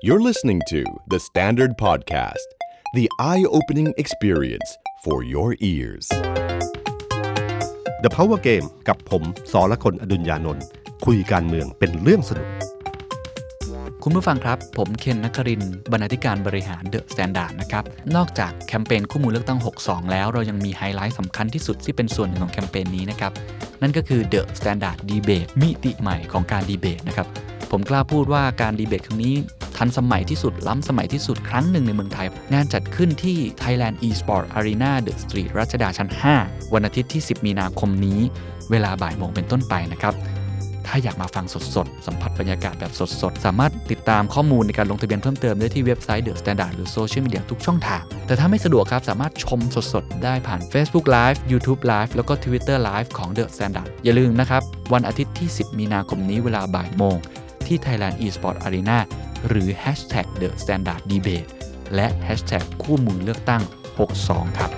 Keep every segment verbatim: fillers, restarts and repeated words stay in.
You're listening to The Standard Podcast, the eye-opening experience for your ears. The Power Game กับผมสรกล อดุลยานนท์คุยการเมืองเป็นเรื่องสนุกคุณผู้ฟังครับผมเคนนครินทร์บรรณาธิการบริหาร The Standard นะครับนอกจากแคมเปญคู่มือเลือกตั้งหกสิบสองแล้วเรายังมีไฮไลท์สำคัญที่สุดที่เป็นส่วนหนึ่งของแคมเปญนี้นะครับนั่นก็คือ The Standard Debate มิติใหม่ของการดีเบตนะครับผมกล้าพูดว่าการดีเบตครั้งนี้ทันสมัยที่สุดล้ำสมัยที่สุดครั้งหนึ่งในเมืองไทยงานจัดขึ้นที่ Thailand Esport Arena The Street รัชดาชั้นห้าวันอาทิตย์ที่สิบมีนาคมนี้เวลาบ่ายโมงเป็นต้นไปนะครับถ้าอยากมาฟังสดๆสัมผัสบรรยากาศแบบสดๆสามารถติดตามข้อมูลในการลงทะเบียนเพิ่มเติมได้ที่เว็บไซต์ The Standard หรือโซเชียลมีเดียทุกช่องทางแต่ถ้าไม่สะดวกครับสามารถชมสดๆได้ผ่าน Facebook Live YouTube Live แล้วก็ Twitter Live ของ The Standard อย่าลืมนะครับวันอาทิตย์ที่สิบมีนาคมนี้เวลาบ่ายโมงที่ Thailand Esport Arena หรือ แฮชแท็ก The Standard Debate และ แฮชแท็ก คู่มือเลือกตั้งหกสิบสองครับ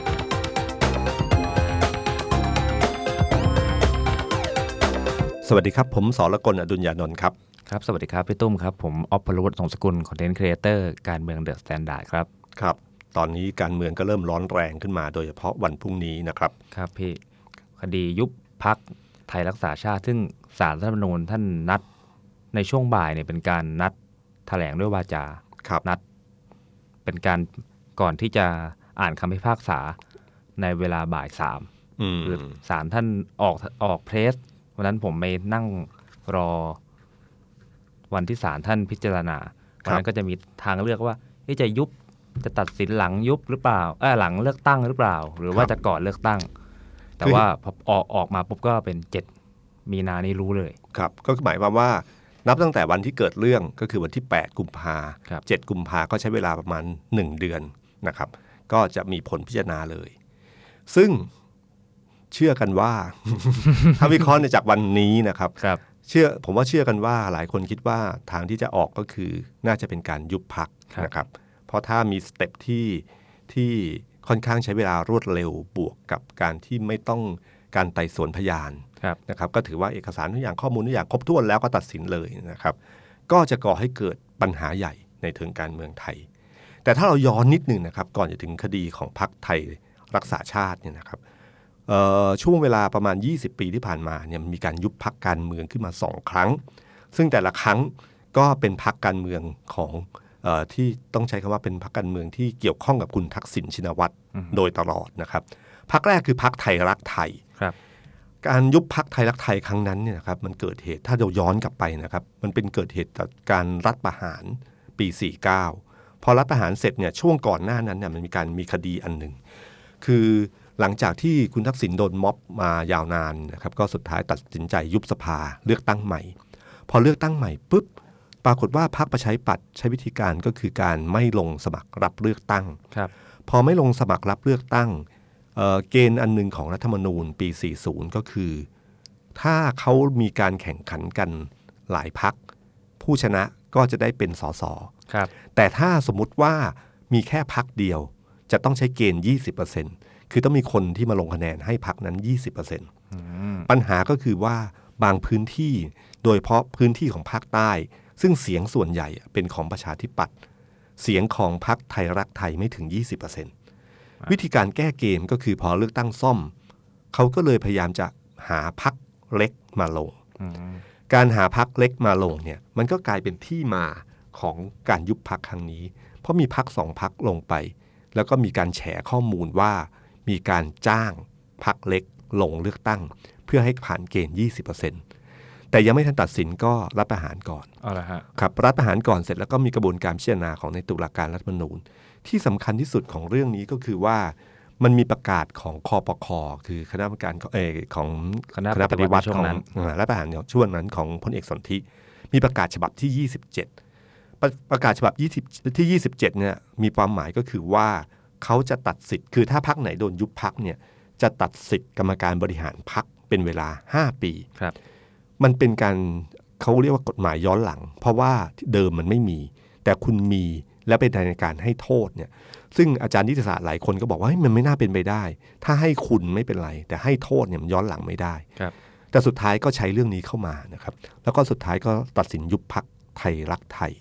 สวัสดีครับผมสรกล อดุลยานนท์ครับครับสวัสดีครับพี่ตุ้มครับผมอ๊อฟ พลวัฒน์ สงสกุลคอนเทนต์ครีเอเตอร์การเมืองเดอะสแตนดาร์ดครับครับตอนนี้การเมืองก็เริ่มร้อนแรงขึ้นมาโดยเฉพาะวันพรุ่งนี้นะครับครับพี่คดียุบพรรคไทยรักษาชาติซึ่งศาลรัฐธรรมนูญท่านนัดในช่วงบ่ายเนี่ยเป็นการนัดแถลงด้วยวาจานัดเป็นการก่อนที่จะอ่านคำพิพากษาในเวลาบ่ายสามคือศาลท่านออกออกเพรสวันนั้นผมไปนั่งรอวันที่ศาลท่านพิจารณาวันนั้นก็จะมีทางเลือกว่าจะยุบจะตัดสินหลังยุบหรือเปล่าเออหลังเลือกตั้งหรือเปล่าหรือว่าจะก่อนเลือกตั้งแต่ว่าพอออกออกมาปุ๊บก็เป็นเจ็ดมีนานี้รู้เลยครับก็หมายความว่านับตั้งแต่วันที่เกิดเรื่องก็คือวันที่แปดกุมภาพันธ์เจ็ดกุมภาพันธ์ก็ใช้เวลาประมาณหนึ่งเดือนนะครับก็จะมีผลพิจารณาเลยซึ่งเชื่อกันว่า ถ้าวิเคราะห์ในจากวันนี้นะครับเชื่อผมว่าเชื่อกันว่าหลายคนคิดว่าทางที่จะออกก็คือน่าจะเป็นการยุบพรรคนะครับเพราะถ้ามีสเต็ปที่ที่ค่อนข้างใช้เวลารวดเร็วบวกกับการที่ไม่ต้องการไต่สวนพยานนะครับก็ถือว่าเอกสารทุกอย่างข้อมูลทุกอย่างครบถ้วนแล้วก็ตัดสินเลยนะครับก็จะก่อให้เกิดปัญหาใหญ่ในทางการเมืองไทยแต่ถ้าเราย้อนนิดนึงนะครับก่อนจะถึงคดีของพรรคไทยรักษาชาติเนี่ยนะครับช่วงเวลาประมาณยี่สิบปีที่ผ่านมาเนี่ยมีการยุบพรรคการเมืองขึ้นมาสองครั้งซึ่งแต่ละครั้งก็เป็นพรรคการเมืองของเอ่อที่ต้องใช้คำว่าเป็นพรรคการเมืองที่เกี่ยวข้องกับคุณทักษิณชินวัตรโดยตลอดนะครับพรรคแรกคือพรรคไทยรักไทยการยุบพรรคไทยรักไทยครั้งนั้นเนี่ยนะครับมันเกิดเหตุถ้าเราย้อนกลับไปนะครับมันเป็นเกิดเหตุจากการรัฐประหารปีสี่สิบเก้าพอรัฐประหารเสร็จเนี่ยช่วงก่อนหน้านั้นเนี่ยมันมีการมีคดีอันหนึ่งคือหลังจากที่คุณทักษิณโดนม็อบมายาวนานนะครับก็สุดท้ายตัดสินใจยุบสภาเลือกตั้งใหม่พอเลือกตั้งใหม่ปุ๊บปรากฏว่าพรรคประชาธิปัตย์ใช้วิธีการก็คือการไม่ลงสมัครรับเลือกตั้งพอไม่ลงสมัครรับเลือกตั้ง เอ่อ เกณฑ์อันนึงของรัฐธรรมนูญปีสี่สิบก็คือถ้าเขามีการแข่งขันกันหลายพรรคผู้ชนะก็จะได้เป็นสสแต่ถ้าสมมุติว่ามีแค่พรรคเดียวจะต้องใช้เกณฑ์ ยี่สิบเปอร์เซ็นต์คือต้องมีคนที่มาลงคะแนนให้พรรคนั้น ยี่สิบเปอร์เซ็นต์ ปัญหาก็คือว่าบางพื้นที่โดยเฉพาะพื้นที่ของภาคใต้ซึ่งเสียงส่วนใหญ่เป็นของประชาธิปัตย์เสียงของพรรคไทยรักไทยไม่ถึง ยี่สิบเปอร์เซ็นต์ วิธีการแก้เกมก็คือพอเลือกตั้งซ่อมเขาก็เลยพยายามจะหาพรรคเล็กมาลงการหาพรรคเล็กมาลงเนี่ยมันก็กลายเป็นที่มาของการยุบพรรคครั้งนี้เพราะมีพรรคสองพรรคลงไปแล้วก็มีการแฉข้อมูลว่ามีการจ้างพรรคเล็กลงเลือกตั้งเพื่อให้ผ่านเกณฑ์ ยี่สิบเปอร์เซ็นต์ แต่ยังไม่ทันตัดสินก็รัฐประหารก่อนอ๋อเหรอฮะครับรัฐประหารก่อนเสร็จแล้วก็มีกระบวนการพิจารณาของในตุลาการรัฐธรรมนูญที่สำคัญที่สุดของเรื่องนี้ก็คือว่ามันมีประกาศของคปค.คือคณะกรรมการเออของคณะปฏิวัติของรัฐประหารช่วงนั้นของพลเอกสนธิมีประกาศฉบับที่ยี่สิบเจ็ดประกาศฉบับยี่สิบที่ยี่สิบเจ็ดเนี่ยมีความหมายก็คือว่าเขาจะตัดสิทธิ์คือถ้าพรรคไหนโดนยุบพรรคเนี่ยจะตัดสิทธิ์กรรมการบริหารพรรคเป็นเวลาห้าปีครับมันเป็นการเขาเรียกว่ากฎหมายย้อนหลังเพราะว่าเดิมมันไม่มีแต่คุณมีและเป็นในการให้โทษเนี่ยซึ่งอาจารย์นิติศาสตร์หลายคนก็บอกว่ามันไม่น่าเป็นไปได้ถ้าให้คุณไม่เป็นไรแต่ให้โทษเนี่ยมันย้อนหลังไม่ได้ครับแต่สุดท้ายก็ใช้เรื่องนี้เข้ามานะครับแล้วก็สุดท้ายก็ตัดสินยุบพรรคไทยรักไทย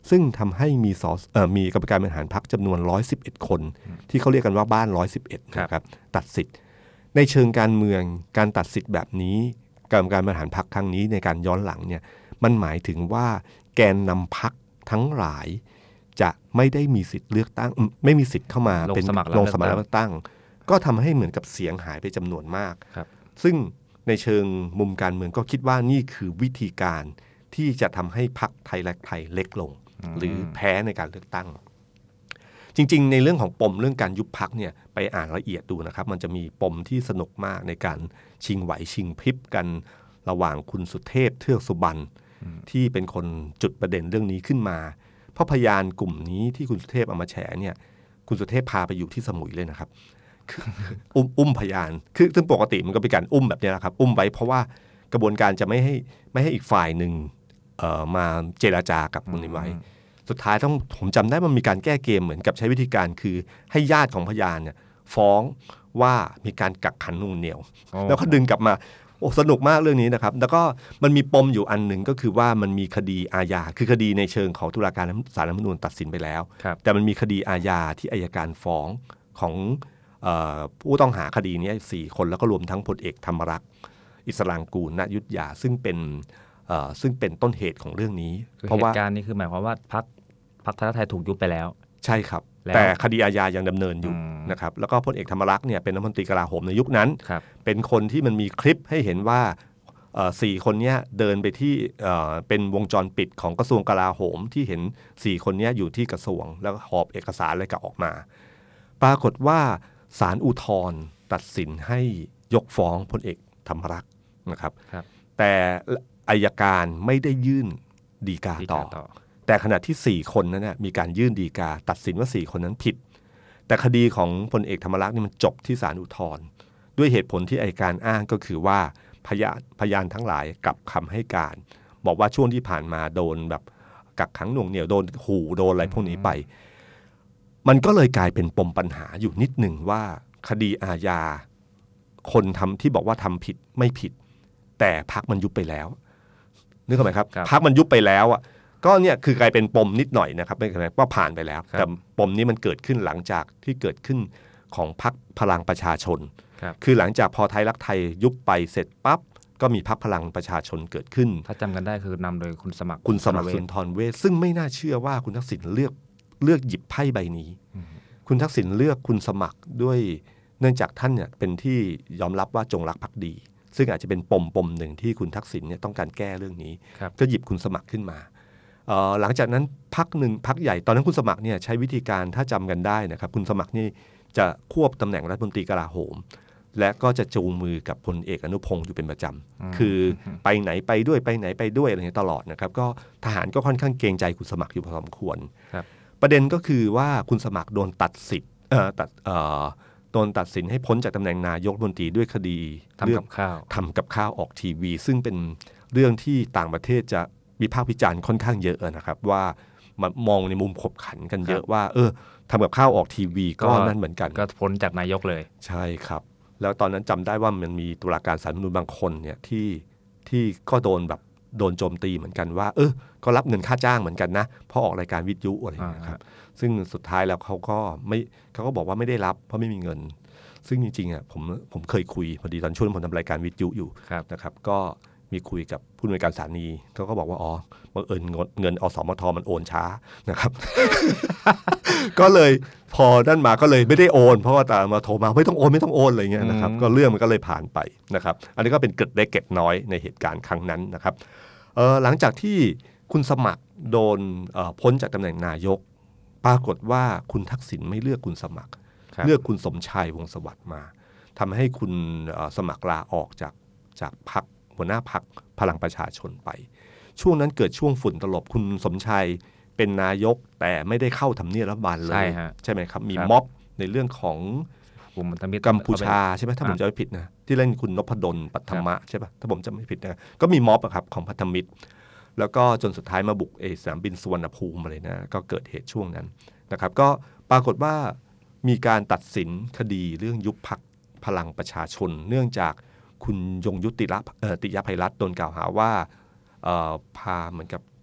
ซึ่งทำให้มีสเอ่อมีกรรมการบริหารพรรคจำนวนหนึ่งร้อยสิบเอ็ดคนที่เขาเรียกกันว่าบ้านหนึ่งร้อยสิบเอ็ดนะครับตัดสิทธิ์ในเชิงการเมืองการตัดสิทธิ์แบบนี้กรรมการบริหารพรรคครั้งนี้ในการย้อนหลังเนี่ยมันหมายถึงว่าแกนนำพรรคทั้งหลายจะไม่ได้มีสิทธิ์เลือกตั้งไม่มีสิทธิ์เข้ามาเป็นลงสมัครเลือกตั้งก็ทำให้เหมือนกับเสียงหายไปจำนวนมากซึ่งในเชิงมุมการเมืองก็คิดว่านี่คือวิธีการที่จะทำให้พรรคไทยรักไทยเล็กลงหรือแพ้ในการเลือกตั้งจริงๆในเรื่องของปมเรื่องการยุบพรรคเนี่ยไปอ่านละเอียดดูนะครับมันจะมีปมที่สนุกมากในการชิงไหวชิงพริบกันระหว่างคุณสุเทพเทือกสุบรรณที่เป็นคนจุดประเด็นเรื่องนี้ขึ้นมาเพราะพยานกลุ่มนี้ที่คุณสุเทพเอามาแฉเนี่ยคุณสุเทพพาไปอยู่ที่สมุยเลยนะครับ อุ้มอุ้มพยานคือซึ่งปกติมันก็เป็นการอุ้มแบบนี้แหละครับอุ้มไว้เพราะว่ากระบวนการจะไม่ให้ไม่ให้อีกฝ่ายหนึ่งเอ่อมาเจรจากับคนนี้ไว้สุดท้ายต้องผมจำได้มันมีการแก้เกมเหมือนกับใช้วิธีการคือให้ญาติของพยานเนี่ยฟ้องว่ามีการกักขังหน่วงเหนี่ยวแล้วก็ดึงกลับมาโอ้สนุกมากเรื่องนี้นะครับแล้วก็มันมีปมอยู่อันหนึ่งก็คือว่ามันมีคดีอาญาคือคดีในเชิงของตุลาการศาลรัฐธรรมนูญตัดสินไปแล้วแต่มันมีคดีอาญาที่อัยการฟ้องของผู้ต้องหาคดีนี้สี่คนแล้วก็รวมทั้งพลเอกธรรมรักษ์อิสรางกูลณยุทธยาซึ่งเป็นซึ่งเป็นต้นเหตุของเรื่องนี้เพราะว่าเหตุการณ์นี้คือหมายความว่าพรรคพรรคไทยรักไทยถูกยุบไปแล้วใช่ครับแต่คดีอาญายังดำเนินอยู่นะครับแล้วก็พลเอกธรรมรักษ์เนี่ยเป็นรัฐมนตรีกลาโหมในยุคนั้นเป็นคนที่มันมีคลิปให้เห็นว่าสี่คนนี้เดินไปที่เป็นวงจรปิดของกระทรวงกลาโหมที่เห็นสี่คนนี้อยู่ที่กระทรวงแล้วหอบเอกสารอะไรก็ออกมาปรากฏว่าศาลอุทธรณ์ตัดสินให้ยกฟ้องพลเอกธรรมรักษ์นะครับแต่อัยการไม่ได้ยื่นฎีกาต่อแต่ขณะที่สี่คนนั้นนะมีการยื่นฎีกาตัดสินว่าสี่คนนั้นผิดแต่คดีของพลเอกธรรมรักษ์นี่มันจบที่ศาลอุทธรณ์ด้วยเหตุผลที่อัยการอ้างก็คือว่าพยานพยานทั้งหลายกลับคำให้การบอกว่าช่วงที่ผ่านมาโดนแบบกักขังหน่วงเหนี่ยวโดนขู่โดนอะไรพวกนี้ไปมันก็เลยกลายเป็นปมปัญหาอยู่นิดหนึ่งว่าคดีอาญาคนทำที่บอกว่าทำผิดไม่ผิดแต่พรรคมันยุบไปแล้วนึกออกไหมครับพรรคมันยุบไปแล้วอ่ะก็เนี่ยคือกลายเป็นปมนิดหน่อยนะครับไม่ใช่ว่าผ่านไปแล้วแต่ปมนี้มันเกิดขึ้นหลังจากที่เกิดขึ้นของพรรคพลังประชาชนคือหลังจากพอไทยรักไทยยุบไปเสร็จปั๊บก็มีพรรคพลังประชาชนเกิดขึ้นถ้าจำกันได้คือนำโดยคุณสมัครคุณสมัครสุนทรเวชซึ่งไม่น่าเชื่อว่าคุณทักษิณเลือกเลือกหยิบไพ่ใบนี้คุณทักษิณเลือกคุณสมัครด้วยเนื่องจากท่านเนี่ยเป็นที่ยอมรับว่าจงรักภักดีซึ่งอาจจะเป็นปมปมหนึ่งที่คุณทักษิณเนี่ยต้องการแก้เรื่องนี้ก็หยิบคุณสมัครขึ้นมาหลังจากนั้นพรรคหนึ่งพรรคใหญ่ตอนนั้นคุณสมัครเนี่ยใช้วิธีการถ้าจำกันได้นะครับคุณสมัครนี่จะควบตำแหน่งรัฐมนตรีกลาโหมและก็จะจูงมือกับพลเอกอนุพงศ์อยู่เป็นประจำคือไปไหนไปด้วยไปไหนไปด้วยอะไรอย่างนี้ตลอดนะครับก็ทหารก็ค่อนข้างเกรงใจคุณสมัครอยู่พอสมควรประเด็นก็คือว่าคุณสมัครโดนตัดสิทธิ์เอ่อตัดเอ่อโดนตัดสินให้พ้นจากตำแหน่งนายกรัฐมนตรีด้วยคดีทำกับข้าวทำกับข้าวออกทีวีซึ่งเป็นเรื่องที่ต่างประเทศจะวิพากษ์วิจารณ์ค่อนข้างเยอะนะครับว่ามันมองในมุมขบขันกันเยอะว่าเออทำกับข้าวออกทีวีก็นั่นเหมือนกันก็พ้นจากนายกเลยใช่ครับแล้วตอนนั้นจำได้ว่ามันมีตุลาการศาลรัฐธรรมนูญบางคนเนี่ยที่ที่ก็โดนแบบโดนโจมตีเหมือนกันว่าเออก็รับเงินค่าจ้างเหมือนกันนะเพราะออกรายการวิทยุอะไรอย่างเงี้ยครับซึ่งสุดท้ายแล้วเขาก็ไม่เขาก็บอกว่าไม่ได้รับเพราะไม่มีเงินซึ่งจริงๆอ่ะผมผมเคยคุยพอดีตอนช่วงผมทำรายการวิทยุอยู่นะครับก็มีคุยกับผู้อำนวยการสถานีเขาก็บอกว่าอ๋อบังเอิญเงินอสมทมันโอนช้านะครับ ก็เลยพอนั่นมาก็เลยไม่ได้โอนเพราะว่าแต่มาโทรมาไม่ต้องโอนไม่ต้องโอนอะไรเงี้ยนะครับก็เรื่องมันก็เลยผ่านไปนะครับอันนี้ก็เป็นเกร็ดเล็กเกร็ดน้อยในเหตุการณ์ครั้งนั้นนะครับเอ่อหลังจากที่คุณสมัครโดนเอ่อพ้นจากตำแหน่งนายกปรากฏว่าคุณทักษิณไม่เลือกคุณสมัครเลือกคุณสมชายวงศ์สวัสดิ์มาทำให้คุณสมัครลาออกจากจากพรรคหัวหน้าพรรคพลังประชาชนไปช่วงนั้นเกิดช่วงฝุ่นตลบคุณสมชัยเป็นนายกแต่ไม่ได้เข้าทำเนียบรัฐบาลเลยใช่ใช่ไหมครับมีม็อบในเรื่องของกัมพูชาใช่ไหมถ้าผมจำไม่ผิดนะที่เล่นคุณนพดลปัทมะใช่ป่ะถ้าผมจำไม่ผิดนะก็มีม็อบครับของพันธมิตรแล้วก็จนสุดท้ายมาบุกเอสนามบินสุวรรณภูมิอะไรนะก็เกิดเหตุช่วงนั้นนะครับก็ปรากฏว่ามีการตัดสินคดีเรื่องยุบพรรคพลังประชาชนเนื่องจากคุณยงยุติติยภัยรัตน์โดนกล่าวหาว่าพาเหมือนกับ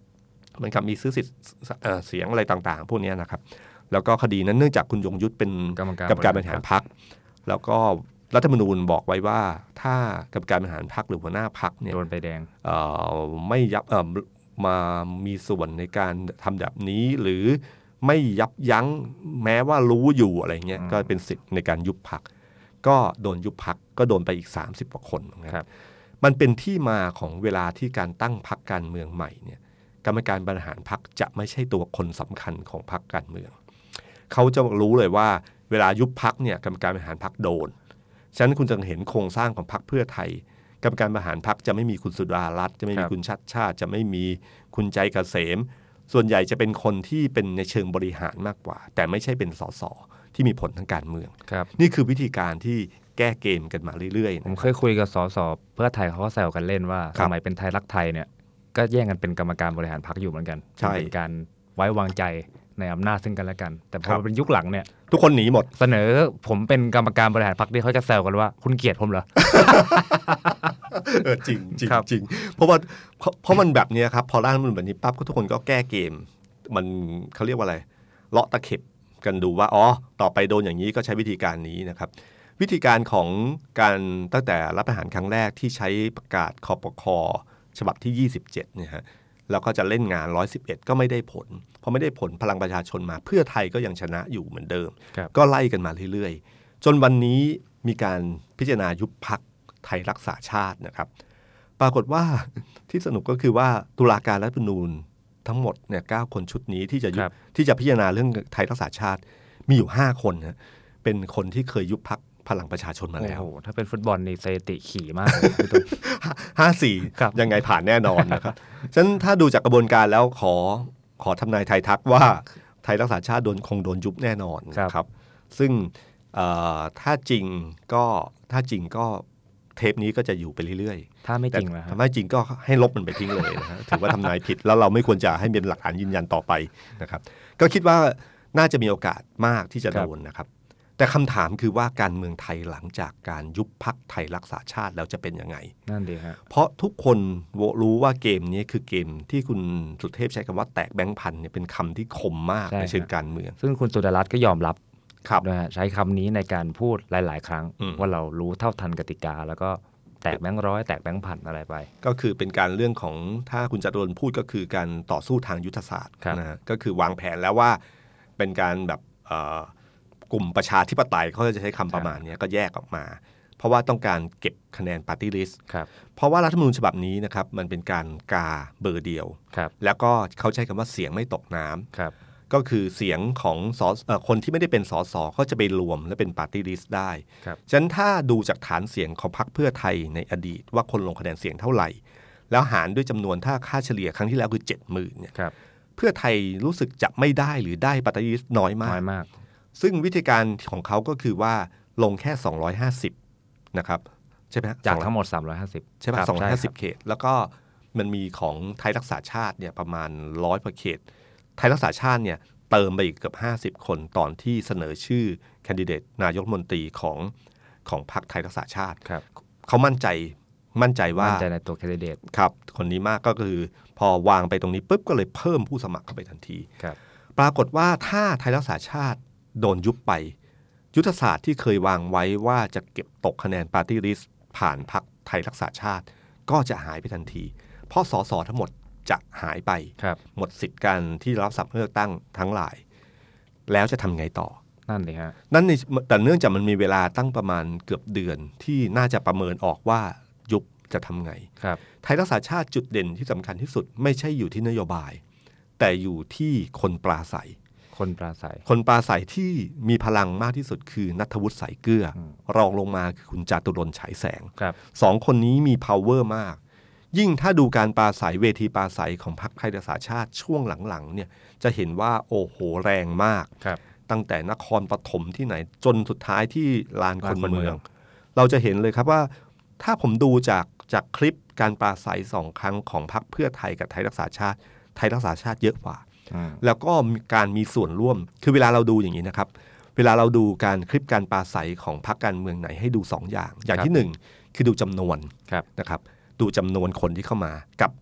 เหมือนกับมีซื้อสิทธิ์เสียงอะไรต่างๆพวกนี้นะครับแล้วก็คดีนั้นเนื่องจากคุณยงยุทธเป็นกรรมการบริหารพรรคแล้วก็รัฐธรรมนูญบอกไว้ว่าถ้ากรรมการบริหารพรรคหรือหัวหน้าพรรคเนี่ยโดนใบแดงไม่ยับมามีส่วนในการทำแบบนี้หรือไม่ยับยั้งแม้ว่ารู้อยู่อะไรเงี้ยก็เป็นสิทธิ์ในการยุบพรรคก็โดนยุบพรรคก็โดนไปอีกสามสิบกว่าคนนะครับมันเป็นที่มาของเวลาที่การตั้งพรรคการเมืองใหม่เนี่ยกรรมการบริหารพรรคจะไม่ใช่ตัวคนสำคัญของพรรคการเมืองเขาจะรู้เลยว่าเวลายุบพรรคเนี่ยกรรมการบริหารพรรคโดนฉะนั้นคุณจะเห็นโครงสร้างของพรรคเพื่อไทยกรรมการบริหารพรรคจะไม่มีคุณสุดารัตน์จะไม่มีคุณชัดชาติจะไม่มีคุณใจเกษมส่วนใหญ่จะเป็นคนที่เป็นในเชิงบริหารมากกว่าแต่ไม่ใช่เป็นสสที่มีผลทางการเมืองนี่คือวิธีการที่แก้เกมกันมาเรื่อยๆผมเคยคุยกับสสเพื่อไทยเขาก็แซวกันเล่นว่าสมัยเป็นไทยรักไทยเนี่ยก็แย่งกันเป็นกรรมการบริหารพรรคอยู่เหมือนกันเป็นการไว้วางใจในอำนาจซึ่งกันและกันแต่พอเป็นยุคหลังเนี่ยทุกคนหนีหมดเสนอผมเป็นกรรมการบริหารพรรคที่เขาจะแซวกันว่าคุณเกลียดผมเหรอเออจริงจริงจริงเพราะว่าเพราะมันแบบนี้ครับพอร่างมันแบบนี้ปั๊บทุกคนก็แก้เกมมันเขาเรียกว่าอะไรเลาะตะเข็บกันดูว่าอ๋อต่อไปโดนอย่างนี้ก็ใช้วิธีการนี้นะครับวิธีการของการตั้งแต่รัฐประหารครั้งแรกที่ใช้ประกาศคปค.ฉบับที่ยี่สิบเจ็ดเนี่ยฮะแล้วก็จะเล่นงานหนึ่งร้อยสิบเอ็ดก็ไม่ได้ผลพอไม่ได้ผลพลังประชาชนมาเพื่อไทยก็ยังชนะอยู่เหมือนเดิมก็ไล่กันมาเรื่อยๆจนวันนี้มีการพิจารณายุบพรรคไทยรักษาชาตินะครับปรากฏว่าที่สนุกก็คือว่าตุลาการรัฐธรรมนูญทั้งหมดเนี่ยเก้าคนชุดนี้ที่จะยุบที่จะพิจารณาเรื่องไทยรักษาชาติมีอยู่ห้าคนนะเป็นคนที่เคยยุบพรรคพลังประชาชนมาแล้วโอ้โหถ้าเป็นฟุตบอลนี่สถิติขี่มากเลยห้าสี่ยังไงผ่านแน่นอนนะครับฉะนั้นถ้าดูจากกระบวนการแล้วขอขอทำนายไทยทักว่าไทยรักษาชาติโดนคงโดนยุบแน่นอนครับซึ่งถ้าจริงก็ถ้าจริงก็เทปนี้ก็จะอยู่ไปเรื่อยๆถ้าไม่จริงนะถ้าไม่จริงก็ให้ลบมันไปทิ้งเลยนะฮะถือว่าทำนายผิดแล้วเราไม่ควรจะให้เป็นหลักฐานยืนยันต่อไปนะครับก็คิดว่าน่าจะมีโอกาสมากที่จะโดนนะครับแต่คำถามคือว่าการเมืองไทยหลังจากการยุบพรรคไทยรักษาชาติแล้วจะเป็นยังไงนั่นดีฮะเพราะทุกคนรู้ว่าเกมนี้คือเกมที่คุณสุเทพใช้คำว่าแตกแบงค์พันเนี่ยเป็นคำที่คมมาก ในเชิงการเมืองซึ่งคุณสุดารัตน์ก็ยอมรับนะฮะใช้คำนี้ในการพูดหลายๆครั้งว่าเรารู้เท่าทันกติกาแล้วก็แตกแบงค์ร้อยแตกแบงค์พันอะไรไปก็คือเป็นการเรื่องของถ้าคุณจตุรนต์พูดก็คือการต่อสู้ทางยุทธศาสตร์นะฮะก็คือวางแผนแล้วว่าเป็นการแบบกลุ่มประชาธิปไตยเขาจะใช้คำประมาณนี้ก็แยกออกมาเพราะว่าต้องการเก็บคะแนนปาร์ตี้ลิสต์เพราะว่ารัฐธรรมนูญฉบับนี้นะครับมันเป็นการกาเบอร์เดียวแล้วก็เขาใช้คำว่าเสียงไม่ตกน้ำก็คือเสียงของสคนที่ไม่ได้เป็นสสก็จะไปรวมและเป็นปาร์ตี้ลิสต์ได้ฉะนั้นถ้าดูจากฐานเสียงของพรรคเพื่อไทยในอดีตว่าคนลงคะแนนเสียงเท่าไหร่แล้วหารด้วยจำนวนถ้าค่าเฉลี่ยครั้งที่แล้วคือ เจ็ดหมื่น เนี่ยเพื่อไทยรู้สึกจะไม่ได้หรือได้ปาร์ตี้ลิสต์น้อยมากซึ่งวิธีการของเขาก็คือว่าลงแค่สองร้อยห้าสิบนะครับใช่ไหมจากทั้งหมดสามร้อยห้าสิบใช่ไหมสองร้อยห้าสิบเขตแล้วก็มันมีของไทยรักษาชาติเนี่ยประมาณหนึ่งร้อยกว่าเขตไทยรักษาชาติเนี่ยเติมไปอีกเกือบห้าสิบคนตอนที่เสนอชื่อแคนดิเดตนายกรัฐมนตรีของของพรรคไทยรักษาชาติเขามั่นใจมั่นใจว่ามั่นใจในตัวแคนดิเดตครับคนนี้มากก็คือพอวางไปตรงนี้ปุ๊บก็เลยเพิ่มผู้สมัครเข้าไปทันทีปรากฏว่าถ้าไทยรักษาชาติโดนยุบไปยุทธศาสตร์ที่เคยวางไว้ว่าจะเก็บตกคะแนนปาร์ตี้ลิสต์ผ่านพรรคไทยรักษาชาติก็จะหายไปทันทีเพราะสสทั้งหมดจะหายไปหมดสิทธิ์การที่รับสับเลือกตั้งทั้งหลายแล้วจะทำไงต่อนั่นเลยฮะนั่นแต่เนื่องจากมันมีเวลาตั้งประมาณเกือบเดือนที่น่าจะประเมินออกว่ายุบจะทำไงไทยรักษาชาติจุดเด่นที่สำคัญที่สุดไม่ใช่อยู่ที่นโยบายแต่อยู่ที่คนปราศัยคนปราศัยคนปราศัยที่มีพลังมากที่สุดคือณัฐวุฒิสายเกลือรองลงมาคือคุณจตุรนต์ฉายแสงสองคนนี้มี power มากยิ่งถ้าดูการปราศัยเวทีปราศัยของพรรคไทยรักษาชาติช่วงหลังๆเนี่ยจะเห็นว่าโอ้โหแรงมากตั้งแต่นครปฐมที่ไหนจนสุดท้ายที่ลานคนเมืองเราจะเห็นเลยครับว่าถ้าผมดูจากจากคลิปการปราศัยสองครั้งของพรรคเพื่อไทยกับไทยรักษาชาติไทยรักษาชาติเยอะกว่าแล้วก็การมีส่วนร่วมคือเวลาเราดูอย่างนี้นะครับเวลาเราดูการคลิปการปราศัยของพรรคการเมืองไหนให้ดูสองอย่างอย่างที่หนึ่งคือดูจำนวนนะครับดูจำนวนคนที่เข้ามากับ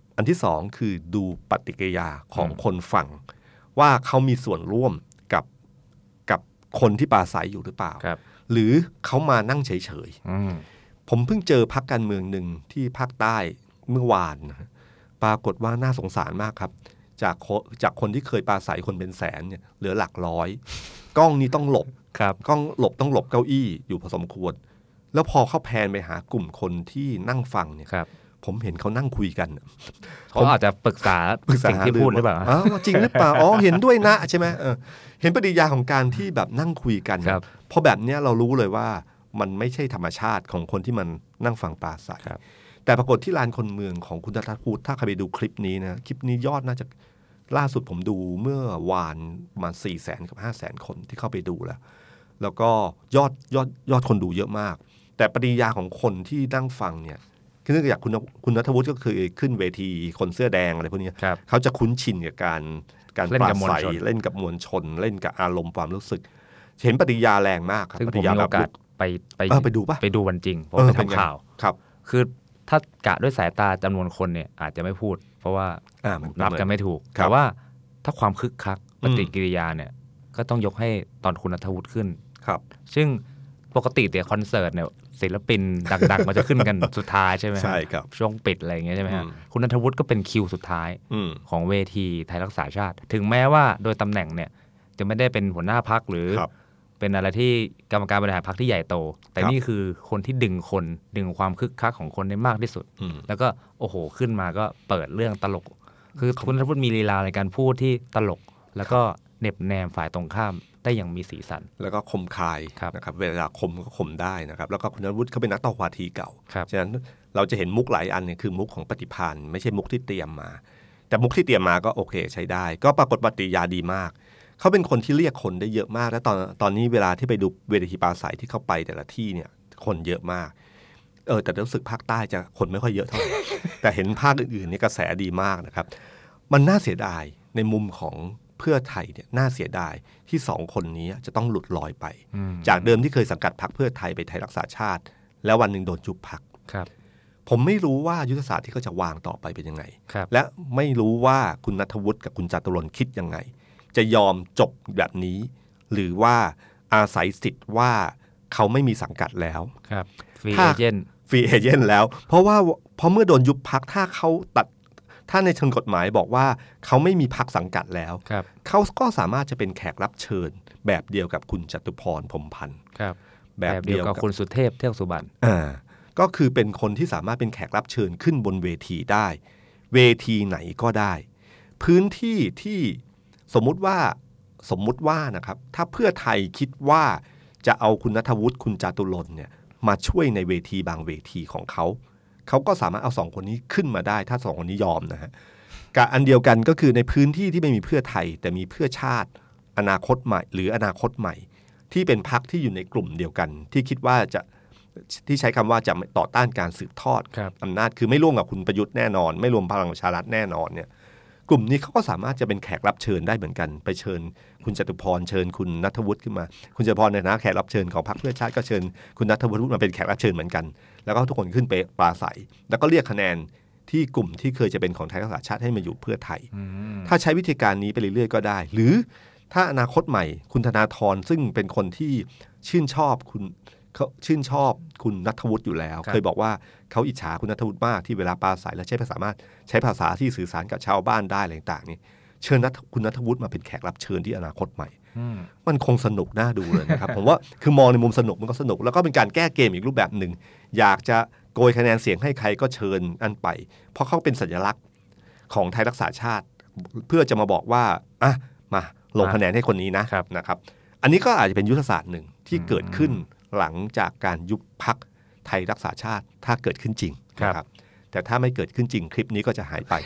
อันที่สองคือดูปฏิกิริยาของคนฟังว่าเขามีส่วนร่วมกับกับคนที่ปราศัยอยู่หรือเปล่าหรือเขามานั่งเฉยๆผมเพิ่งเจอพรรคการเมืองหนึ่งที่ภาคใต้เมื่อวานปรากฏว่าน่าสงสารมากครับจากจากคนที่เคยปราศัยคนเป็นแสนเนี่ยเหลือหลักร้อยกล้องนี้ต้องหลบกล้องหลบต้องหลบเก้าอี้อยู่พอสมควรแล้วพอเขาแพนไปหากลุ่มคนที่นั่งฟังเนี่ยผมเห็นเขานั่งคุยกันเขาอาจจะปรึกษาสิ่งที่พูดหรือเปล่าอ๋อจริงหรือเปล่าอ๋อเห็นด้วยนะใช่ไหมเออเห็นปฏิกิริยาของการที่แบบนั่งคุยกันเพราะแบบนี้เรารู้เลยว่ามันไม่ใช่ธรรมชาติของคนที่มันนั่งฟังปราศรัยแต่ปรากฏที่ลานคนเมืองของคุณทัศน์พูดถ้าใครไปดูคลิปนี้นะคลิปนี้ยอดน่าจะล่าสุดผมดูเมื่อวานประมาณสี่แสนกับห้าแสนคนที่เข้าไปดูแล้วแล้วก็ยอดยอดยอดคนดูเยอะมากแต่ปฏิกิริยาของคนที่นั่งฟังเนี่ยคือเนื่องจากคุณคุณณัฐวุฒิก็เคยขึ้นเวทีคนเสื้อแดงอะไรพวกนี้เขาจะคุ้นชินกับการการปราศัยเล่นกับมวลชนเล่นกับอารมณ์ความรู้สึกเห็นปฏิกิริยาแรงมากครับปฏิกิริยาแบบไปไปไปดูป่ะไปดูวันจริงผมไปทำข่าวครับคือถ้ากะด้วยสายตาจำนวนคนเนี่ยอาจจะไม่พูดเพราะว่านับกันไม่ถูกแต่ว่าถ้าความคึกคักปฏิกิริยาเนี่ยก็ต้องยกให้ตอนคุณณัฐวุฒิขึ้นครับซึ่งปกติแต่คอนเสิร์ตเนี่ยศิลปินดังๆมันจะขึ้นกันสุดท้ายใช่ไหมใช่ครับช่วงปิดอะไรอย่างเงี้ยใช่ไหมฮะคุณณัฐวุฒิก็เป็นคิวสุดท้ายของเวทีไทยรักษาชาติถึงแม้ว่าโดยตำแหน่งเนี่ยจะไม่ได้เป็นหัวหน้าพรรคหรือเป็นอะไรที่กรรมการบริหารพรรคที่ใหญ่โตแต่นี่คือคนที่ดึงคนดึงความคึกคักของคนได้มากที่สุดแล้วก็โอ้โหขึ้นมาก็เปิดเรื่องตลกคือคุณณัฐวุฒิมีลีลาในการพูดที่ตลกแล้วก็เน็บแนมฝ่ายตรงข้ามได้อย่างมีสีสันแล้วก็คมคายนะครับเวลาคมก็คมได้นะครับแล้วก็คุณณัฐวุฒิเขาเป็นนักต่อวาทีเก่าฉะนั้นเราจะเห็นมุกหลายอันเนี่ยคือมุกของปฏิภาณไม่ใช่มุกที่เตรียมมาแต่มุกที่เตรียมมาก็โอเคใช้ได้ก็ปรากฏปฏิกิริยาดีมากเขาเป็นคนที่เรียกคนได้เยอะมากและตอนตอนนี้เวลาที่ไปดูเวทีปราศัยที่เขาไปแต่ละที่เนี่ยคนเยอะมากเออแต่รู้สึกภาคใต้จะคนไม่ค่อยเยอะเท่าไหร่ แต่เห็นภาคอื่นๆนี่กระแสดีมากนะครับมันน่าเสียดายในมุมของเพื่อไทยเนี่ยน่าเสียดายที่สองคนนี้จะต้องหลุดลอยไปจากเดิมที่เคยสังกัดพรรคเพื่อไทยไปไทยรักษาชาติแล้ววันหนึ่งโดนยุบพรรคผมไม่รู้ว่ายุทธศาสตร์ที่เขาจะวางต่อไปเป็นยังไงและไม่รู้ว่าคุณณัฐวุฒิกับคุณจตุรนต์คิดยังไงจะยอมจบแบบนี้หรือว่าอาศัยสิทธิ์ว่าเขาไม่มีสังกัดแล้วฟรีเอเจนต์ฟรีเอเจนต์แล้วเพราะว่าเพราะเมื่อโดนยุบพรรคถ้าเขาตัดถ้าในเชิงกฎหมายบอกว่าเขาไม่มีพรรคสังกัดแล้วเขาก็สามารถจะเป็นแขกรับเชิญแบบเดียวกับคุณจตุพรพรหมพันธ์แบบเดียวกับคุณสุเทพเทือกสุบรรณอ่าก็คือเป็นคนที่สามารถเป็นแขกรับเชิญขึ้นบนเวทีได้เวทีไหนก็ได้พื้นที่ที่สมมุติว่าสมมุติว่านะครับถ้าเพื่อไทยคิดว่าจะเอาคุณณัฐวุฒิคุณจตุรนต์เนี่ยมาช่วยในเวทีบางเวทีของเขาเขาก็สามารถเอาสองคนนี้ขึ้นมาได้ถ้าสองคนนี้ยอมนะฮะกับอันเดียวกันก็คือในพื้นที่ที่ไม่มีเพื่อไทยแต่มีเพื่อชาติอนาคตใหม่หรืออนาคตใหม่ที่เป็นพรรคที่อยู่ในกลุ่มเดียวกันที่คิดว่าจะที่ใช้คำว่าจะต่อต้านการสืบทอดอำนาจคือไม่ร่วมกับคุณประยุทธ์แน่นอนไม่รวมพลังประชารัฐแน่นอนเนี่ยกลุ่มนี้เขาก็สามารถจะเป็นแขกรับเชิญได้เหมือนกันไปเชิญคุณจตุพรเชิญคุณณัฐวุฒิขึ้นมาคุณจตุพรในฐานะแขกรับเชิญของพรรคเพื่อชาติก็เชิญคุณณัฐวุฒิมาเป็นแขกรับเชิญเหมือนกันแล้วก็ทุกคนขึ้นไปปราศัยแล้วก็เรียกคะแนนที่กลุ่มที่เคยจะเป็นของไทยรักษาชาติให้มาอยู่เพื่อไทยถ้าใช้วิธีการนี้ไปเรื่อยๆก็ได้หรือถ้าอนาคตใหม่คุณธนาธรซึ่งเป็นคนที่ชื่นชอบคุณเขาชื่นชอบคุณณัฐวุฒิอยู่แล้วเคยบอกว่าเขาอิจฉาคุณณัฐวุฒิมากที่เวลาปราศัยและใช้ภาษามารถใช้ภาษาที่สื่อสารกับชาวบ้านได้อะไรต่างๆนี่เชิญคุณณัฐวุฒิมาเป็นแขกรับเชิญที่อนาคตใหม่มันคงสนุกน่าดูเลยนะครับ ผมว่าคือมองในมุมสนุกมันก็สนุกแล้วก็เป็นการแก้เกมอีกรูปแบบหนึ่งอยากจะโกยคะแนนเสียงให้ใครก็เชิญอันไปเพราะเขาเป็นสัญลักษณ์ของไทยรักษาชาติเพื่อจะมาบอกว่าอ่ะมาลงคะแนนให้คนนี้นะนะครับอันนี้ก็อาจจะเป็นยุทธศาสตร์หนึ่งที่เกิดขึ้นหลังจากการยุบพรรคไทยรักษาชาติถ้าเกิดขึ้นจริงนะครับแต่ถ้าไม่เกิดขึ้นจริงคลิปนี้ก็จะหายไป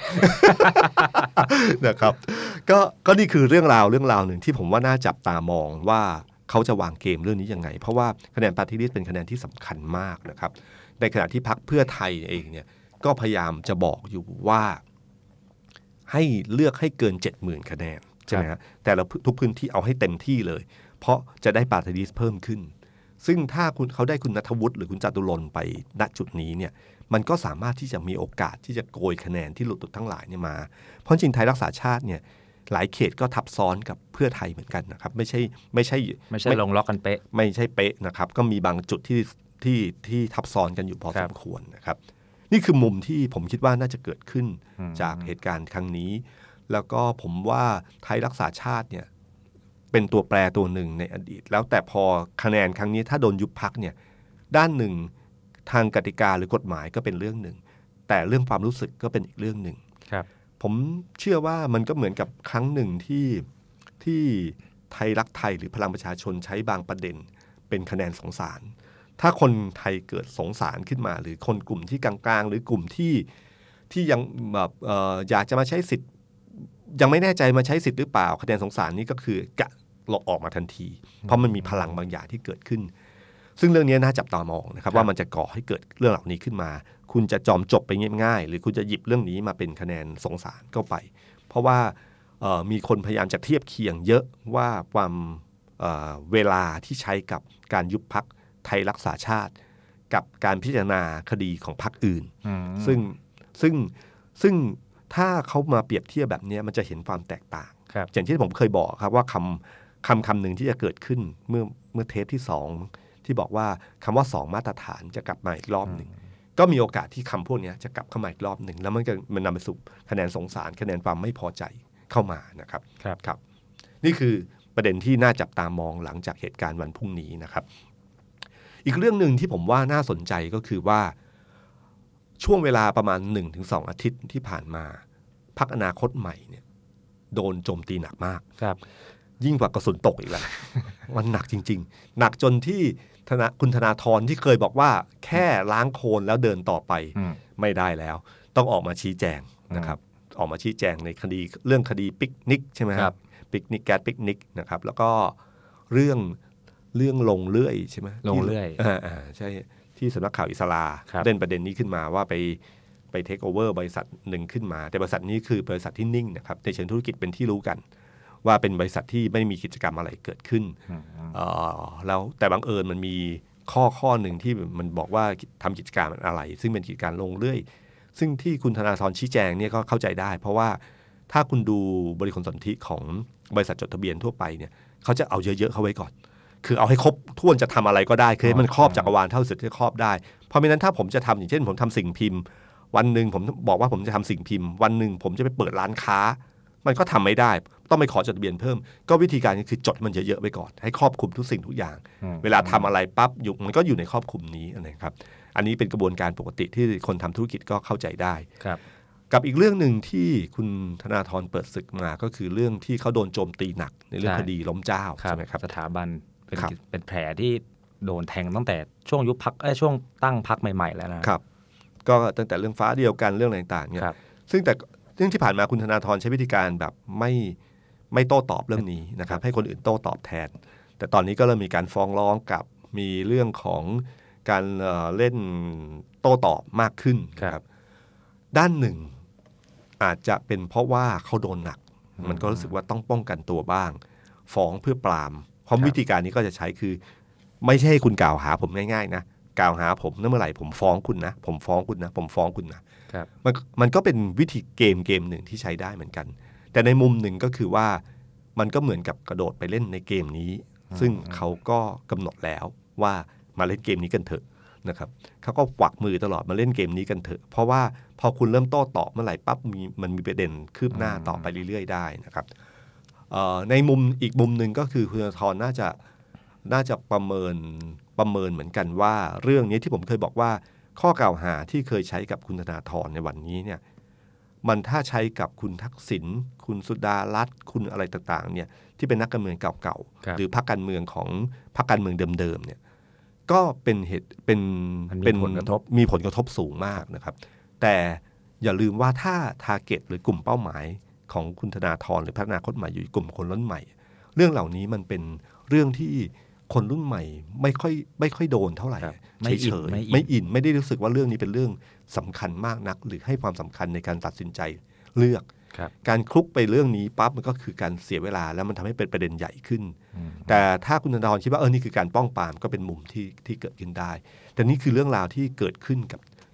นะครับก็ก็นี่คือเรื่องราวเรื่องราวหนึ่งที่ผมว่าน่าจับตามองว่าเขาจะวางเกมเรื่องนี้ยังไงเพราะว่าคะแนนปาร์ตี้ลิสต์เป็นคะแนนที่สำคัญมากนะครับในขณะที่พรรคเพื่อไทยเองเนี่ยก็พยายามจะบอกอยู่ว่าให้เลือกให้เกิน เจ็ดหมื่น คะแนนใช่ไหมฮะแต่ละทุกพื้นที่เอาให้เต็มที่เลยเพราะจะได้ปาร์ตี้ลิสต์เพิ่มขึ้นซึ่งถ้าคุณเขาได้คุณณัฐวุฒิหรือคุณจตุรนต์ไปณจุดนี้เนี่ยมันก็สามารถที่จะมีโอกาสที่จะโกยคะแนนที่หลุดทั้งหลายเนี่ยมาเพราะจริงไทยรักษาชาติเนี่ยหลายเขตก็ทับซ้อนกับเพื่อไทยเหมือนกันนะครับไม่ใช่ไม่ใช่ไม่ใช่ลงล็อกกันเป๊ะไม่ใช่เป๊ะนะครับก็มีบางจุดที่ที่ที่ทับซ้อนกันอยู่พอสมควรนะครับนี่คือมุมที่ผมคิดว่าน่าจะเกิดขึ้นจากเหตุการณ์ครั้งนี้แล้วก็ผมว่าไทยรักษาชาติเนี่ยเป็นตัวแปรตัวหนึ่งในอดีตแล้วแต่พอคะแนนครั้งนี้ถ้าโดนยุบพรรคเนี่ยด้านหนึ่งทางกติกาหรือกฎหมายก็เป็นเรื่องหนึ่งแต่เรื่องความรู้สึกก็เป็นอีกเรื่องหนึ่งครับผมเชื่อว่ามันก็เหมือนกับครั้งหนึ่งที่ที่ไทยรักไทยหรือพลังประชาชนใช้บางประเด็นเป็นคะแนนสงสารถ้าคนไทยเกิดสงสารขึ้นมาหรือคนกลุ่มที่กลางๆหรือกลุ่มที่ที่ยังแบบเอ่ออยากจะมาใช้สิทธิ์ยังไม่แน่ใจมาใช้สิทธิ์หรือเปล่าคะแนนสงสารนี้ก็คือกะหลอกออกมาทันทีเพราะมันมีพลังบางอย่างที่เกิดขึ้นซึ่งเรื่องนี้น่าจับตามองนะครับว่ามันจะก่อให้เกิดเรื่องเหล่านี้ขึ้นมาคุณจะจอมจบไปง่ายๆหรือคุณจะหยิบเรื่องนี้มาเป็นคะแนนสงสารเข้าไปเพราะว่ามีคนพยายามจะเทียบเคียงเยอะว่าความเ, เวลาที่ใช้กับการยุบพรรคไทยรักษาชาติกับการพิจารณาคดีของพรรคอื่นซึ่งซึ่งซึ่งถ้าเขามาเปรียบเทียบแบบนี้มันจะเห็นความแตกต่างอย่างที่ผมเคยบอกครับว่าคำคำคำหนึ่งที่จะเกิดขึ้นเมื่อเมื่อเทปที่สองที่บอกว่าคำว่าสองมาตรฐานจะกลับมาอีกรอบหนึ่งก็มีโอกาสที่คำพวกนี้จะกลับเข้ามาอีกรอบหนึ่งแล้วมันจะมันนำไปสู่คะแนนสงสารคะแนนความไม่พอใจเข้ามานะครับครับครับนี่คือประเด็นที่น่าจับตามองหลังจากเหตุการณ์วันพรุ่งนี้นะครับอีกเรื่องหนึ่งที่ผมว่าน่าสนใจก็คือว่าช่วงเวลาประมาณ หนึ่งถึงสอง อาทิตย์ที่ผ่านมาพรรคอนาคตใหม่เนี่ยโดนโจมตีหนักมากครับยิ่งกว่ากระสุนตกอีกแล้ว มันหนักจริงๆหนักจนที่ธนาคุณธนาธรที่เคยบอกว่าแค่ล้างโคลนแล้วเดินต่อไปไม่ได้แล้วต้องออกมาชี้แจงนะครับออกมาชี้แจงในคดีเรื่องคดีปิกนิกใช่ไหมครับปิกนิกแก๊สปิกนิกนะครับแล้วก็เรื่องเรื่องลงเลื่อยใช่ไหมลงเลื่อยอ่าใช่ที่สำนักข่าวอิสราเล่นประเด็นนี้ขึ้นมาว่าไปไปเทคโอเวอร์บริษัทหนึ่งขึ้นมาแต่บริษัทนี้คือบริษัทที่นิ่งนะครับในเชิงธุรกิจเป็นที่รู้กันว่าเป็นบริษัทที่ไม่มีกิจกรรมอะไรเกิดขึ้นแล้วแต่บังเอิญมันมีข้อข้อหนึ่งที่มันบอกว่าทำกิจการอะไรซึ่งเป็นกิจการลงเลื่อยซึ่งที่คุณธนาธรชี้แจงเนี่ยก็เข้าใจได้เพราะว่าถ้าคุณดูบริษัทสนธิของบริษัทจดทะเบียนทั่วไปเนี่ยเขาจะเอาเยอะๆเข้าไว้ก่อนคือเอาให้ครบถ้วนจะทำอะไรก็ได้คือให้มันครอบจักรวาลเท่าสุดที่ครอบได้เพราะไม่นั้นถ้าผมจะทำอย่างเช่นผมทำสิ่งพิมพ์วันหนึ่งผมบอกว่าผมจะทำสิ่งพิมพ์วันหนึ่งผมจะไปเปิดร้านค้ามันก็ทำไม่ได้ต้องไปขอจดทะเบียนเพิ่มก็วิธีการก็คือจดมันเยอะๆไว้ก่อนให้ครอบคลุมทุกสิ่งทุกอย่างเวลาทำอะไรปั๊บอยู่มันก็อยู่ในครอบคลุมนี้นะครับอันนี้เป็นกระบวนการปกติที่คนทำธุรกิจก็เข้าใจได้กับอีกเรื่องหนึ่งที่คุณธนาธรเปิดศึกมาก็คือเรื่องที่เขาโดนโจมตีหนักในเรื่องคดีล้มเจ้าใช่ไหมครับสถาบันเป็นเป็นแผลที่โดนแทงตั้งแต่ช่วงยุบพรรคเอ้ยช่วงตั้งพรรคใหม่ๆแล้วนะครับก็ตั้งแต่เรื่องฟ้าเดียวกันเรื่องต่างๆเนี่ยซึ่งแต่เรื่องที่ผ่านมาคุณธนาธรใช้วิธีการแบบไม่ไม่โต้ตอบเรื่องนี้นะครับให้คนอื่นโต้ตอบแทนแต่ตอนนี้ก็เริ่มมีการฟ้องร้องกับมีเรื่องของการเอ่อเล่นโต้ตอบมากขึ้นครับด้านหนึ่งอาจจะเป็นเพราะว่าเขาโดนหนักมันก็รู้สึกว่าต้องป้องกันตัวบ้างฟ้องเพื่อปรามเพราะวิธีการนี้ก็จะใช้คือไม่ใช่คุณกล่าวหาผมง่ายๆนะกล่าวหาผมนั่นเมื่อไหร่ผมฟ้องคุณนะผมฟ้องคุณนะผมฟ้องคุณนะมันมันก็เป็นวิธีเกมเกมหนึ่งที่ใช้ได้เหมือนกันแต่ในมุมหนึ่งก็คือว่ามันก็เหมือนกับกระโดดไปเล่นในเกมนี้ซึ่งเขาก็กำหนดแล้วว่ามาเล่นเกมนี้กันเถอะนะครับเขาก็กวักมือตลอดมาเล่นเกมนี้กันเถอะเพราะว่าพอคุณเริ่มโต้ตอบเมื่อไหร่ปั๊บมีมันมีประเด็นคืบหน้าต่อไปเรื่อยๆได้นะครับในมุมอีกมุมหนึ่งก็คือคุณธนาธรน่าจะน่าจะประเมินประเมินเหมือนกันว่าเรื่องนี้ที่ผมเคยบอกว่าข้อกล่าวหาที่เคยใช้กับคุณธนาธรในวันนี้เนี่ยมันถ้าใช้กับคุณทักษิณคุณสุดารัตน์คุณอะไรต่างๆเนี่ยที่เป็นนักการเมืองเก่าๆหรือพรรคการเมืองของพรรคการเมืองเดิมๆเนี่ยก็เป็นเหตุเป็นเป็นผลกระทบมีผลกระทบสูงมากนะครับแต่อย่าลืมว่าถ้าทาร์เก็ตหรือกลุ่มเป้าหมายของคุณธนาธรหรือพรรคอนาคตใหม่อยู่กลุ่มคนรุ่นใหม่เรื่องเหล่านี้มันเป็นเรื่องที่คนรุ่นใหม่ไม่ค่อยไม่ค่อยโดนเท่าไหร่เฉยๆไม่อินไม่ได้รู้สึกว่าเรื่องนี้เป็นเรื่องสำคัญมากนักหรือให้ความสำคัญในการตัดสินใจเลือกการคลุกไปเรื่องนี้ปั๊บมันก็คือการเสียเวลาแล้วมันทำให้เป็นประเด็นใหญ่ขึ้นแต่ถ้าคุณธนาธรคิดว่าเออนี่คือการป้องปรามก็เป็นมุมที่ที่เกิดขึ้นได้แต่นี่คือเรื่องราวที่เกิดขึ้นกับกับ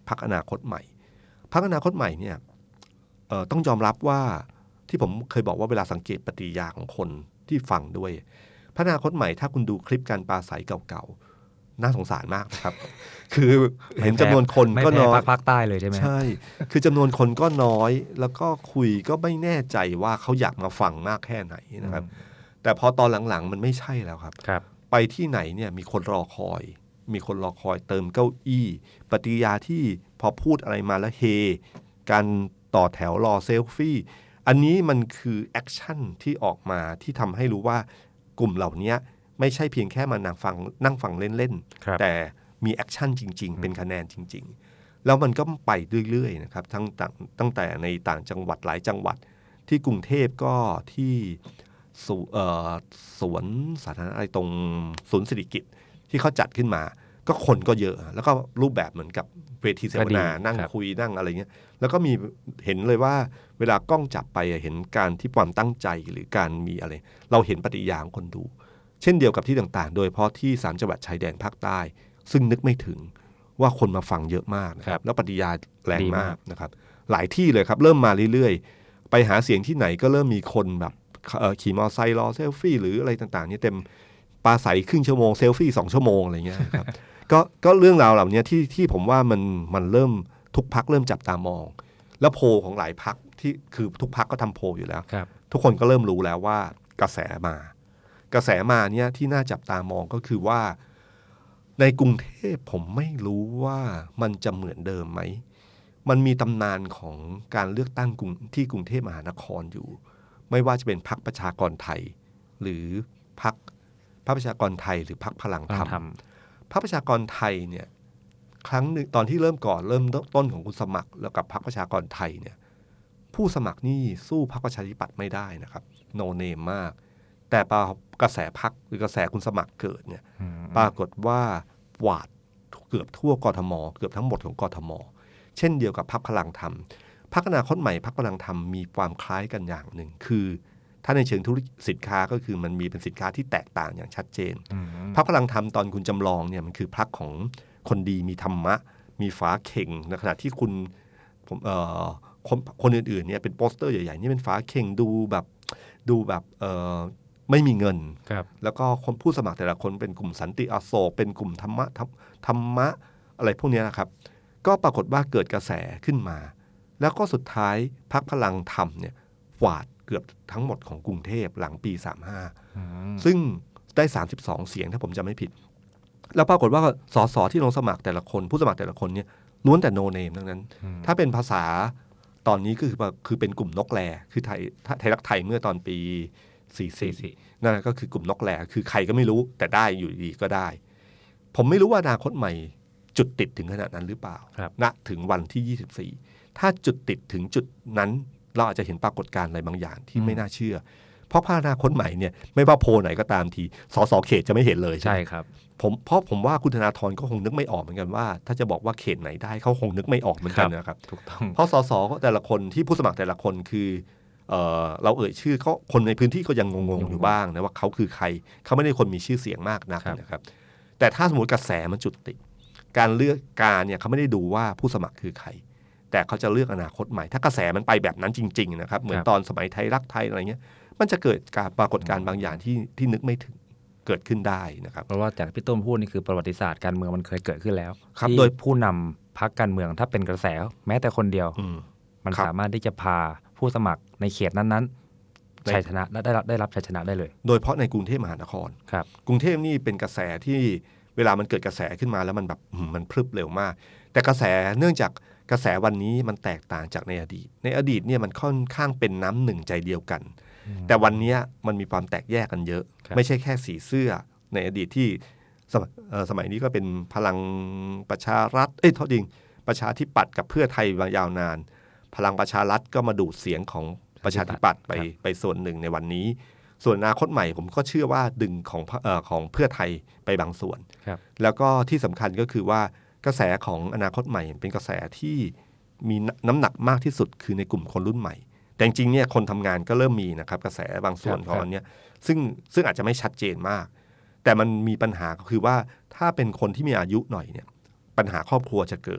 พรรคอนาคตใหม่พรรคอนาคตใหม่เนี่ยเอ่อต้องยอมรับว่าที่ผมเคยบอกว่าเวลาสังเกตปฏิกิริยาของคนที่ฟังด้วยพรรคอนาคตใหม่ถ้าคุณดูคลิปการปราศัยเก่าๆน่าสงสารมากนะครับ คือเห็นจำนวนคนก็น้อยภาคใต้เลยใช่ไหมใช่คือจำนวนคนก็น้อยแล้วก็คุยก็ไม่แน่ใจว่าเขาอยากมาฟังมากแค่ไหนนะครับแต่พอตอนหลังๆมันไม่ใช่แล้วครับไปที่ไหนเนี่ยมีคนรอคอยมีคนรอคอยเติมเก้าอี้ปฏิกิริยาที่พอพูดอะไรมาแล้วเฮการต่อแถวรอเซลฟี่อันนี้มันคือแอคชั่นที่ออกมาที่ทำให้รู้ว่ากลุ่มเหล่านี้ไม่ใช่เพียงแค่มานั่งฟังนั่งฟังเล่นๆแต่มีแอคชั่นจริงๆเป็นคะแนนจริงๆแล้วมันก็ไปเรื่อยๆนะครับทั้งตั้งแต่ในต่างจังหวัดหลายจังหวัดที่กรุงเทพก็ที่สวนสาธารณะอะไรตรงศูนย์เศรษฐกิจที่เขาจัดขึ้นมาก็คนก็เยอะแล้วก็รูปแบบเหมือนกับเวทีเสวนานั่งคุยนั่งอะไรเงี้ยแล้วก็มีเห็นเลยว่าเวลากล้องจับไปเห็นการที่ความตั้งใจหรือการมีอะไรเราเห็นปฏิกิริยาของคนดูเช่นเดียวกับที่ต่างๆโดยเฉพาะที่สามจังหวัดชายแดนภาคใต้ซึ่งนึกไม่ถึงว่าคนมาฟังเยอะมากนะครับแล้วปฏิกิริยาแรงมากนะครับหลายที่เลยครับเริ่มมาเรื่อยๆไปหาเสียงที่ไหนก็เริ่มมีคนแบบขี่มอเตอร์ไซค์รอเซลฟี่หรืออะไรต่างๆนี่เต็มปาใสครึ่งชั่วโมงเซลฟี่สองชั่วโมงอะไรเงี้ยครับ ก็ก็เรื่องราวเหล่านี้ที่ที่ผมว่ามันมันเริ่มทุกพรรคเริ่มจับตามองแล้วโพลของหลายพรรคที่คือทุกพรรคก็ทำโพลอยู่แล้วทุกคนก็เริ่มรู้แล้วว่ากระแสมากระแสมาเนี่ยที่น่าจับตามองก็คือว่าในกรุงเทพผมไม่รู้ว่ามันจะเหมือนเดิมไหมมันมีตำนานของการเลือกตั้งกรุงที่กรุงเทพมหานครอยู่ไม่ว่าจะเป็นพรรคประชากรไทยหรือพรรคพรรคประชากรไทยหรือพรรคพลังธรรมพรรคประชากรไทยเนี่ยครั้งหนึ่งตอนที่เริ่มก่อนเริ่มต้นของคุณสมัครแล้วกับพรรคประชากรไทยเนี่ยผู้สมัครนี่สู้พรรคประชาธิปัตย์ไม่ได้นะครับโนเนมมากแต่ปากระแสพรรคหรือกระแสคุณสมัครเกิดเนี่ยปรากฏว่าหวาดเกือบทั่วกทมเกือบทั้งหมดของกทมเช่นเดียวกับพรรคพลังธรรมพรรคอนาคตใหม่พรรคพลังธรรมมีความคล้ายกันอย่างหนึ่งคือถ้าในเชิงธุรกิจสินค้าก็คือมันมีเป็นสินค้าที่แตกต่างอย่างชัดเจนพรรคพลังธรรมตอนคุณจำลองเนี่ยมันคือพรรคของคนดีมีธรรมะมีฝาเข่งในขณะที่คุณผมเอ่อคนคนอื่นๆเนี่ยเป็นโปสเตอร์ใหญ่ๆนี่เป็นฝาเข่งดูแบบดูแบบเอ่อไม่มีเงินแล้วก็คนผู้สมัครแต่ละคนเป็นกลุ่มสันติอโศกเป็นกลุ่มธรรมะธรรมะอะไรพวกนี้นะครับก็ปรากฏว่าเกิดกระแสขึ้นมาแล้วก็สุดท้ายพรรคพลังธรรมเนี่ยกวาดเกือบทั้งหมดของกรุงเทพหลังปีสามสิบห้าซึ่งได้สามสิบสองเสียงถ้าผมจำไม่ผิดแล้วปรากฏว่าสสที่ลงสมัครแต่ละคนผู้สมัครแต่ละคนเนี่ยล้วนแต่โนเนมทั้งนั้นถ้าเป็นภาษาตอนนี้ก็คือคือเป็นกลุ่มนกแรคือไทยไทยรักไทยเมื่อตอนปีสี่สิบนั่นก็คือกลุ่มนกแรคือใครก็ไม่รู้แต่ได้อยู่ดีก็ได้ผมไม่รู้ว่าอนาคตใหม่จุดติดถึงขนาดนั้นหรือเปล่าณถึงวันที่ยี่สิบสี่ถ้าจุดติดถึงจุดนั้นเราอาจจะเห็นปรากฏการณ์อะไรบางอย่างที่ไม่น่าเชื่อเพราะพรรคอนาคตใหม่เนี่ยไม่ว่าโพลไหนก็ตามทีสสเขตจะไม่เห็นเลยใช่ครับผมเพราะผมว่าคุณธนาธรก็คงนึกไม่ออกเหมือนกันว่าถ้าจะบอกว่าเขตไหนได้เขาคงนึกไม่ออกเหมือนกันนะครับถูกต้องเพราะสสแต่ละคนที่ผู้สมัครแต่ละคนคือเอ่อเราเอ่ยชื่อเขาคนในพื้นที่ก็ยังงงๆอยู่บ้างนะว่าเขาคือใครเขาไม่ได้คนมีชื่อเสียงมากนักนะครับแต่ถ้าสมมติกระแสมันจุดติดการเลือกการเนี่ยเขาไม่ได้ดูว่าผู้สมัครคือใครแต่เขาจะเลือกอนาคตใหม่ถ้ากระแสมันไปแบบนั้นจริงๆนะครับเหมือนตอนสมัยไทยรักไทยอะไรเงี้ยมันจะเกิดการปรากฏการณ์บางอย่างที่ที่นึกไม่ถึงเกิดขึ้นได้นะครับเพราะว่าจากพี่ต้นพูดนี่คือประวัติศาสตร์การเมืองมันเคยเกิดขึ้นแล้วที่โดยผู้นำพรรคการเมืองถ้าเป็นกระแสแม้แต่คนเดียวมันสามารถที่จะพาผู้สมัครในเขตนั้นๆชัยชนะและได้รับได้รับชัยชนะได้เลยโดยเฉพาะในกรุงเทพมหานครครับกรุงเทพนี่เป็นกระแสที่เวลามันเกิดกระแสขึ้นมาแล้วมันแบบมันพรึบเร็วมากแต่กระแสเนื่องจากกระแสวันนี้มันแตกต่างจากในอดีตในอดีตเนี่ยมันค่อนข้างเป็นน้ำหนึ่งใจเดียวกันแต่วันนี้มันมีความแตกแยกกันเยอะไม่ใช่แค่สีเสื้อในอดีตที่สมัยสมัยนี้ก็เป็นพลังประชารัฐเอ้ยโทษจริงประชาธิปัตย์กับเพื่อไทยมายาวนานพลังประชารัฐก็มาดูดเสียงของประชาธิปัตย์ไปไปส่วนหนึ่งในวันนี้ส่วนอนาคตใหม่ผมก็เชื่อว่าดึงของเอ่อของเพื่อไทยไปบางส่วนแล้วก็ที่สำคัญก็คือว่ากระแสของอนาคตใหม่เป็นกระแสที่มีน้ำหนักมากที่สุดคือในกลุ่มคนรุ่นใหม่แต่จริงๆเนี่ยคนทำงานก็เริ่มมีนะครับกระแสบางส่วนของอันเนี้ยซึ่งซึ่งอาจจะไม่ชัดเจนมากแต่มันมีปัญหาก็คือว่าถ้าเป็นคนที่มีอายุหน่อยเนี่ยปัญหาครอบครัวจะเกิด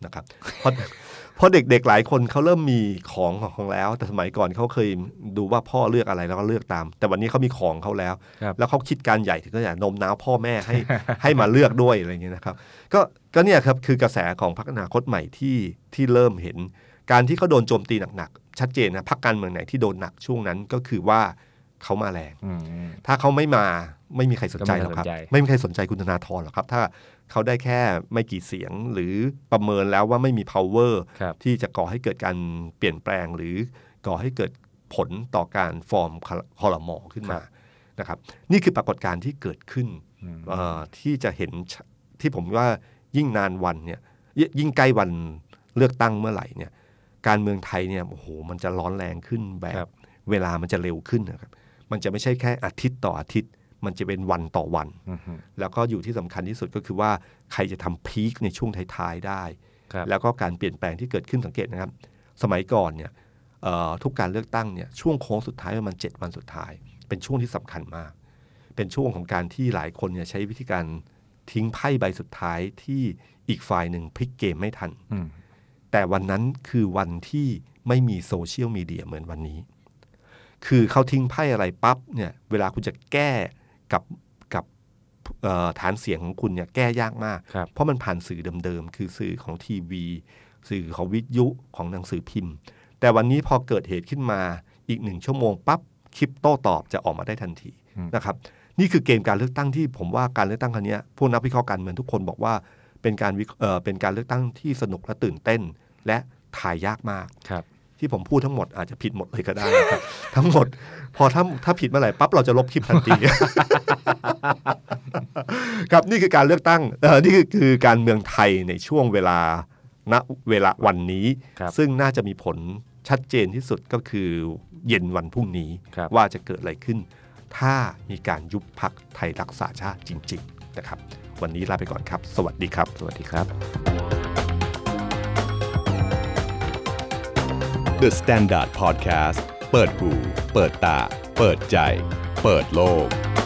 นะครับเพราะเพราะเด็กๆหลายคนเขาเริ่มมีของของเขาแล้วแต่สมัยก่อนเขาเคยดูว่าพ่อเลือกอะไรแล้วก็เลือกตามแต่วันนี้เขามีของเขาแล้วแล้วเขาคิดการใหญ่ถึงก็อย่างโน้มน้าวพ่อแม่ให้ ให้มาเลือกด้วยอะไรอย่างเงี้ยนะครับก็ก็เนี่ยครับคือกระแสของพรรคอนาคตใหม่ที่ที่เริ่มเห็นการที่เขาโดนโจมตีหนักๆชัดเจนนะพรรคการเมืองไหนที่โดนหนักช่วงนั้นก็คือว่าเขามาแรงถ้าเขาไม่มาไม่มีใครสนใจหรอกครับไม่มีใครสนใจคุณธนาธรหรอกครับถ้าเขาได้แค่ไม่กี่เสียงหรือประเมินแล้วว่าไม่มี power ที่จะก่อให้เกิดการเปลี่ยนแปลงหรือก่อให้เกิดผลต่อการฟอร์มครม.ขึ้นมานะครับนี่คือปรากฏการณ์ที่เกิดขึ้นที่จะเห็นที่ผมว่ายิ่งนานวันเนี่ยยิ่งใกล้วันเลือกตั้งเมื่อไหร่เนี่ยการเมืองไทยเนี่ยโอ้โหมันจะร้อนแรงขึ้นแบบเวลามันจะเร็วขึ้นนะครับมันจะไม่ใช่แค่อาทิตย์ต่ออาทิตย์มันจะเป็นวันต่อวัน uh-huh. แล้วก็อยู่ที่สำคัญที่สุดก็คือว่าใครจะทำพีคในช่วงท้ายๆได้แล้วก็การเปลี่ยนแปลงที่เกิดขึ้นสังเกตนะครับสมัยก่อนเนี่ยทุกการเลือกตั้งเนี่ยช่วงโค้งสุดท้ายประมาณเจ็ดวันสุดท้ายเป็นช่วงที่สำคัญมากเป็นช่วงของการที่หลายคนเนี่ยใช้วิธีการทิ้งไพ่ใบสุดท้ายที่อีกฝ่ายหนึ่งพลิกเกมไม่ทัน uh-huh. แต่วันนั้นคือวันที่ไม่มีโซเชียลมีเดียเหมือนวันนี้คือเขาทิ้งไพ่อะไรปั๊บเนี่ยเวลาคุณจะแก้กับกับฐานเสียงของคุณเนี่ยแก้ยากมากเพราะมันผ่านสื่อเดิมๆคือสื่อของทีวีสื่อของวิทยุของหนังสือพิมพ์แต่วันนี้พอเกิดเหตุขึ้นมาอีกหนึ่งชั่วโมงปั๊บคลิปโต้ตอบจะออกมาได้ทันทีนะครับนี่คือเกมการเลือกตั้งที่ผมว่าการเลือกตั้งครั้งนี้พวกนักวิเคราะห์การเมืองทุกคนบอกว่าเป็นการเอ่อเป็นการเลือกตั้งที่สนุกและตื่นเต้นและทายยากมากที่ผมพูดทั้งหมดอาจจะผิดหมดเลยก็ได้นะครับ ทั้งหมดพอถ้าถ้าผิดเมื่อไหร่ปั๊บเราจะลบคลิปทันที ครับนี่คือการเลือกตั้งเออนี่คือคือการเมืองไทยในช่วงเวลาณเวลาวันนี้ซึ่งน่าจะมีผลชัดเจนที่สุดก็คือเย็นวันพรุ่งนี้ว่าจะเกิดอะไรขึ้นถ้ามีการยุบพรรคไทยรักษาชาติจริงๆนะครับวันนี้ลาไปก่อนครับสวัสดีครับสวัสดีครับ The Standard Podcast เปิดหูเปิดตาเปิดใจเปิดโลก